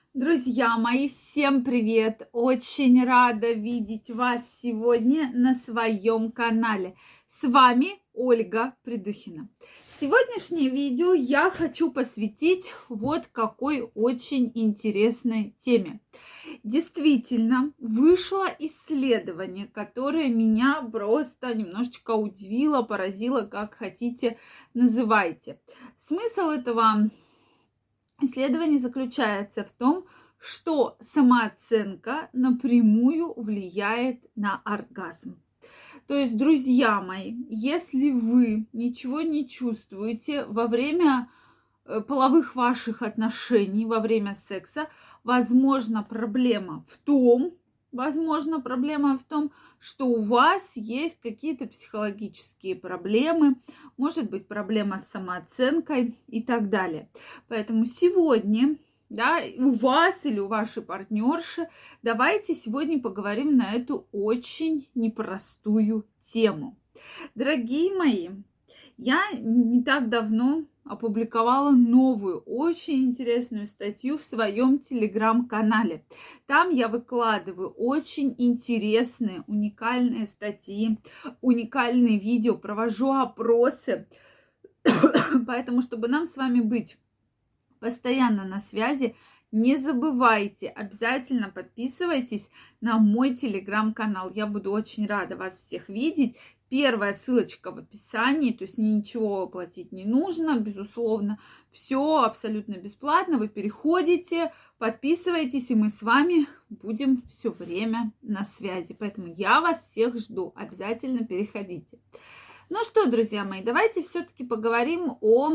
Друзья мои, всем привет! Очень рада видеть вас сегодня на своем канале. С вами Ольга Придухина. Сегодняшнее видео я хочу посвятить вот какой очень интересной теме. Действительно, вышло исследование, которое меня просто немножечко удивило, поразило, как хотите называйте. Смысл этого исследование заключается в том, что самооценка напрямую влияет на оргазм. То есть, друзья мои, если вы ничего не чувствуете во время половых ваших отношений, во время секса, возможно, проблема в том, что у вас есть какие-то психологические проблемы, может быть, проблема с самооценкой и так далее. Поэтому сегодня, у вас или у вашей партнерши, давайте сегодня поговорим на эту очень непростую тему. Дорогие мои, я не так давно опубликовала новую, очень интересную статью в своем телеграм-канале. Там я выкладываю очень интересные, уникальные статьи, уникальные видео, провожу опросы. Поэтому, чтобы нам с вами быть постоянно на связи, не забывайте, обязательно подписывайтесь на мой телеграм-канал. Я буду очень рада вас всех видеть. Первая ссылочка в описании, то есть ничего платить не нужно, безусловно. Все абсолютно бесплатно. Вы переходите, подписывайтесь, и мы с вами будем все время на связи. Поэтому я вас всех жду. Обязательно переходите. Ну что, друзья мои, давайте все-таки поговорим о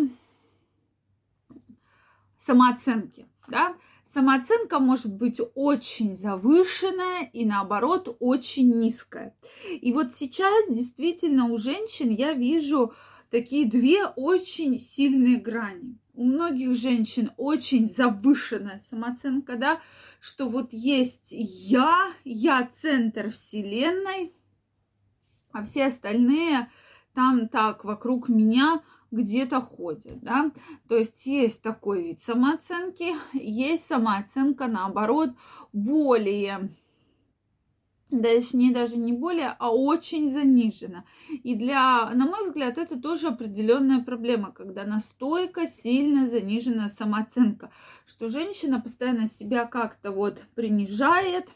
самооценке. Самооценка может быть очень завышенная и, наоборот, очень низкая. И вот сейчас действительно у женщин я вижу такие две очень сильные грани. У многих женщин очень завышенная самооценка, что вот есть я центр вселенной, а все остальные там так вокруг меня где-то ходят, То есть есть такой вид самооценки, есть самооценка, наоборот, более, даже не более, а очень занижена. И на мой взгляд, это тоже определенная проблема, когда настолько сильно занижена самооценка, что женщина постоянно себя как-то принижает,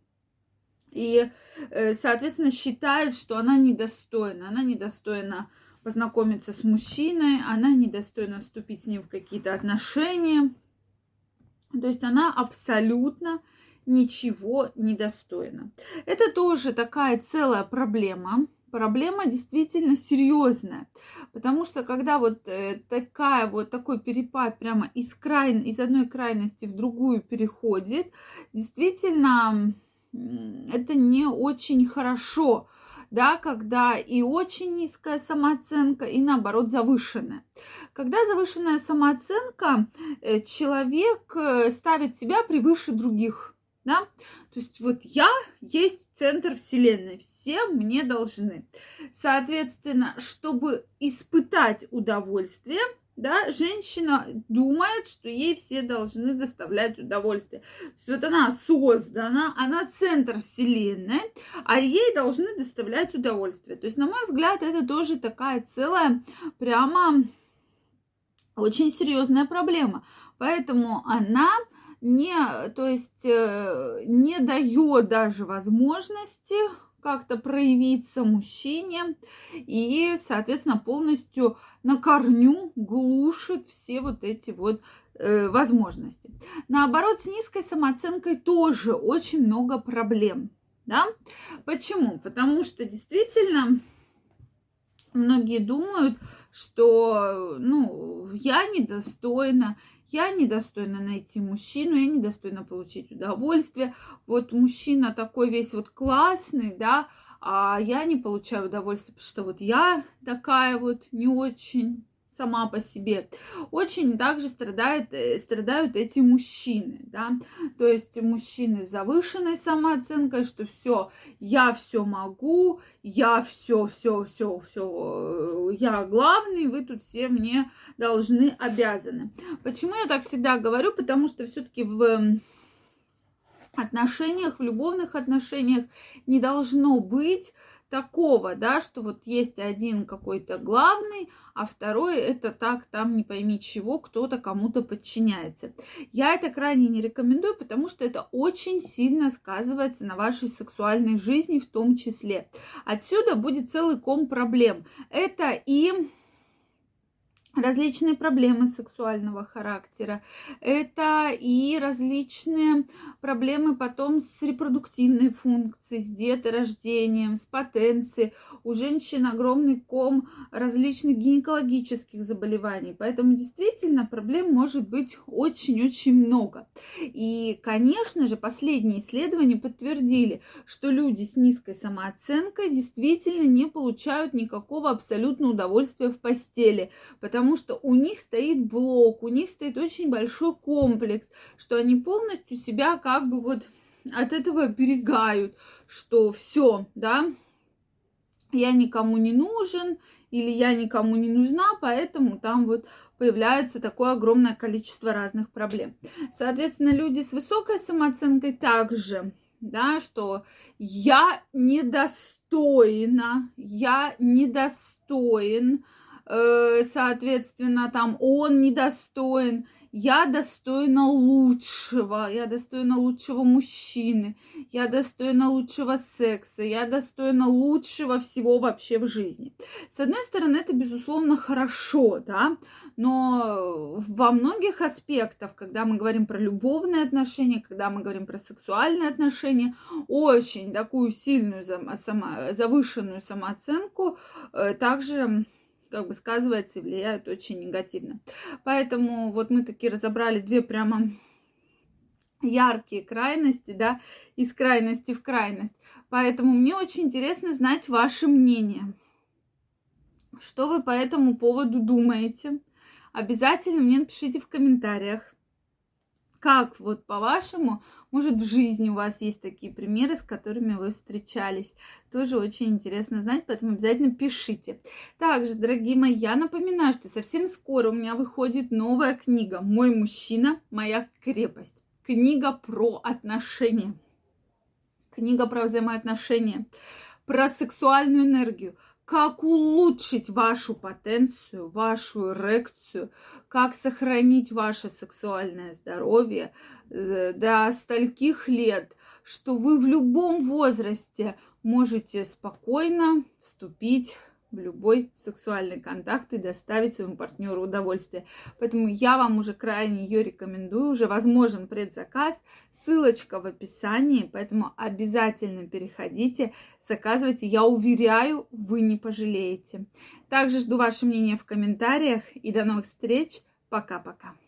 и, соответственно, считает, что она недостойна познакомиться с мужчиной, она недостойна вступить с ним в какие-то отношения. То есть она абсолютно ничего не достойна. Это тоже такая целая проблема. Проблема действительно серьезная. Потому что когда такой перепад прямо из одной крайности в другую переходит, действительно это не очень хорошо. Когда и очень низкая самооценка, и наоборот завышенная. Когда завышенная самооценка, человек ставит себя превыше других. То есть я есть центр вселенной, все мне должны. Соответственно, чтобы испытать удовольствие, женщина думает, что ей все должны доставлять удовольствие. То есть она создана, она центр вселенной, а ей должны доставлять удовольствие. То есть, на мой взгляд, это тоже такая целая, прямо очень серьезная проблема. Поэтому она не дает даже возможности как-то проявиться мужчине и, соответственно, полностью на корню глушит все эти возможности. Наоборот, с низкой самооценкой тоже очень много проблем. Почему? Потому что действительно многие думают, что я недостойна найти мужчину, я недостойна получить удовольствие. Мужчина такой весь классный, а я не получаю удовольствие, потому что я такая не очень. сама по себе. Очень также страдают эти мужчины, да, то есть мужчины с завышенной самооценкой, что все, я все могу, я все, я главный, вы тут все мне должны, обязаны. Почему я так всегда говорю? Потому что все-таки в отношениях, в любовных отношениях не должно быть такого, да, что вот есть один какой-то главный, а второй это так, там не пойми чего, кто-то кому-то подчиняется. Я это крайне не рекомендую, потому что это очень сильно сказывается на вашей сексуальной жизни в том числе. Отсюда будет целый ком проблем. Это и различные проблемы сексуального характера, это и различные проблемы потом с репродуктивной функцией, с деторождением, с потенцией. У женщин огромный ком различных гинекологических заболеваний, поэтому действительно проблем может быть очень-очень много. И, конечно же, последние исследования подтвердили, что люди с низкой самооценкой действительно не получают никакого абсолютного удовольствия в постели, потому что у них стоит блок, у них стоит очень большой комплекс, что они полностью себя как бы вот от этого оберегают, что все, да, я никому не нужен или я никому не нужна, поэтому там вот появляется такое огромное количество разных проблем. Соответственно, люди с высокой самооценкой также, да, что я недостойна, я недостоин, соответственно, там он недостоин, я достойна лучшего мужчины, я достойна лучшего секса, я достойна лучшего всего вообще в жизни. С одной стороны, это, безусловно, хорошо, да, но во многих аспектах, когда мы говорим про любовные отношения, когда мы говорим про сексуальные отношения, очень такую сильную завышенную самооценку также как бы сказывается и влияет очень негативно. Поэтому вот мы таки разобрали две прямо яркие крайности, да, из крайности в крайность. Поэтому мне очень интересно знать ваше мнение. Что вы по этому поводу думаете? Обязательно мне напишите в комментариях. Как вот по-вашему, может, в жизни у вас есть такие примеры, с которыми вы встречались? Тоже очень интересно знать, поэтому обязательно пишите. Также, дорогие мои, я напоминаю, что совсем скоро у меня выходит новая книга «Мой мужчина, моя крепость». Книга про отношения. Книга про взаимоотношения, про сексуальную энергию. Как улучшить вашу потенцию, вашу эрекцию, как сохранить ваше сексуальное здоровье до стольких лет, что вы в любом возрасте можете спокойно вступить в любой сексуальный контакт и доставить своему партнеру удовольствие. Поэтому я вам уже крайне ее рекомендую. Уже возможен предзаказ. Ссылочка в описании. Поэтому обязательно переходите, заказывайте. Я уверяю, вы не пожалеете. Также жду ваше мнение в комментариях. И до новых встреч. Пока-пока.